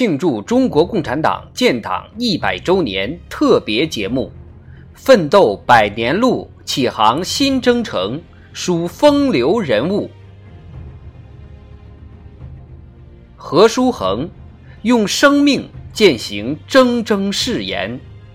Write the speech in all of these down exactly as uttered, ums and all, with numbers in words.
庆祝中国共产党建党一百周年特别节目，奋斗百年路，启航新征程，属风流人物。何书衡用生命践行铮铮誓言。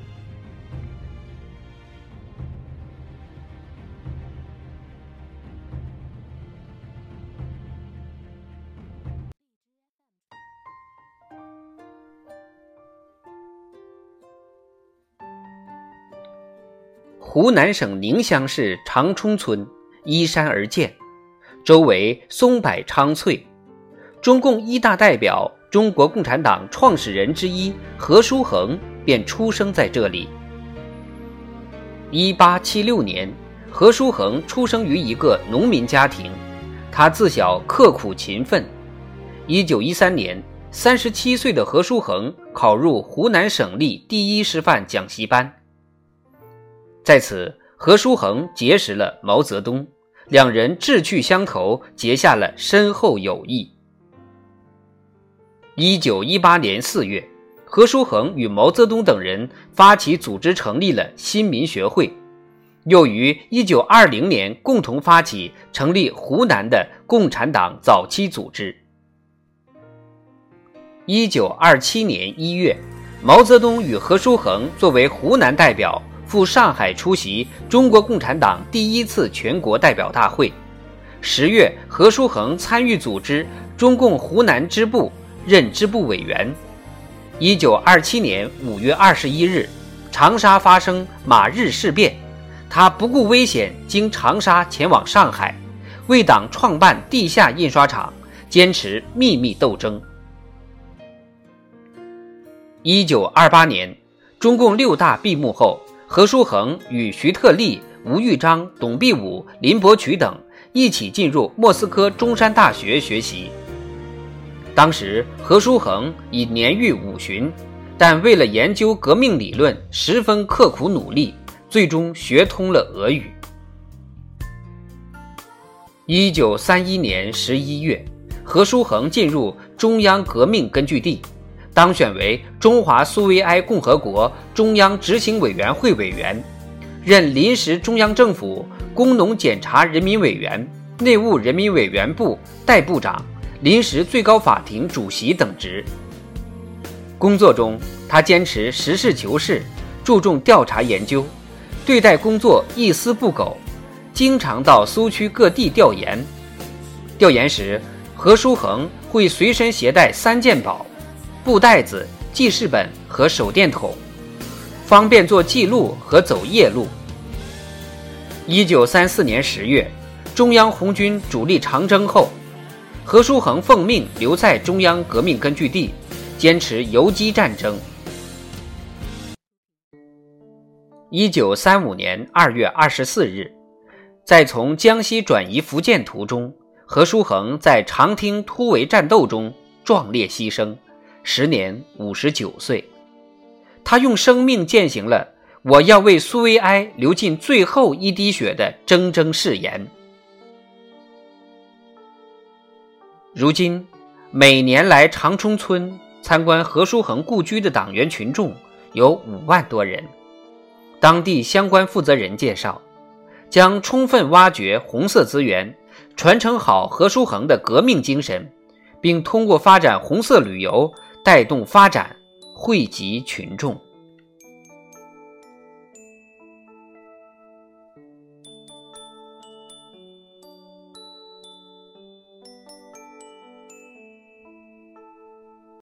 湖南省宁乡市长冲村依山而建，周围松柏苍翠。中共一大代表、中国共产党创始人之一何书衡便出生在这里。一八七六年，何书衡出生于一个农民家庭，他自小刻苦勤奋。一九一三年，三十七岁的何书衡考入湖南省立第一师范讲习班。在此，何书衡结识了毛泽东，两人志趣相投，结下了深厚友谊。一九一八年四月，何书衡与毛泽东等人发起组织成立了新民学会，又于一九二零年共同发起成立湖南的共产党早期组织。一九二七年一月，毛泽东与何书衡作为湖南代表赴上海出席中国共产党第一次全国代表大会。十月，何书衡参与组织中共湖南支部，任支部委员。一九二七年五月二十一日，长沙发生马日事变，他不顾危险，经长沙前往上海，为党创办地下印刷厂，坚持秘密斗争。一九二八年，中共六大闭幕后，何书衡与徐特立、吴玉章、董必武、林伯渠等一起进入莫斯科中山大学学习。当时何书衡已年逾五旬，但为了研究革命理论，十分刻苦努力，最终学通了俄语。一九三一年十一月，何书衡进入中央革命根据地，当选为中华苏维埃共和国中央执行委员会委员，任临时中央政府工农检察人民委员、内务人民委员部代部长、临时最高法庭主席等职。工作中，他坚持实事求是，注重调查研究，对待工作一丝不苟，经常到苏区各地调研。调研时，何书衡会随身携带三件宝：布袋子、记事本和手电筒，方便做记录和走夜路。一九三四年十月，中央红军主力长征后，何书衡奉命留在中央革命根据地，坚持游击战争。一九三五年二月二十四日，在从江西转移福建途中，何书衡在长汀突围战斗中壮烈牺牲，时年五十九岁。他用生命践行了我要为苏维埃流尽最后一滴血的铮铮誓言。如今，每年来长冲村参观何书衡故居的党员群众有五万多人。当地相关负责人介绍，将充分挖掘红色资源，传承好何书衡的革命精神，并通过发展红色旅游带动发展，惠及群众。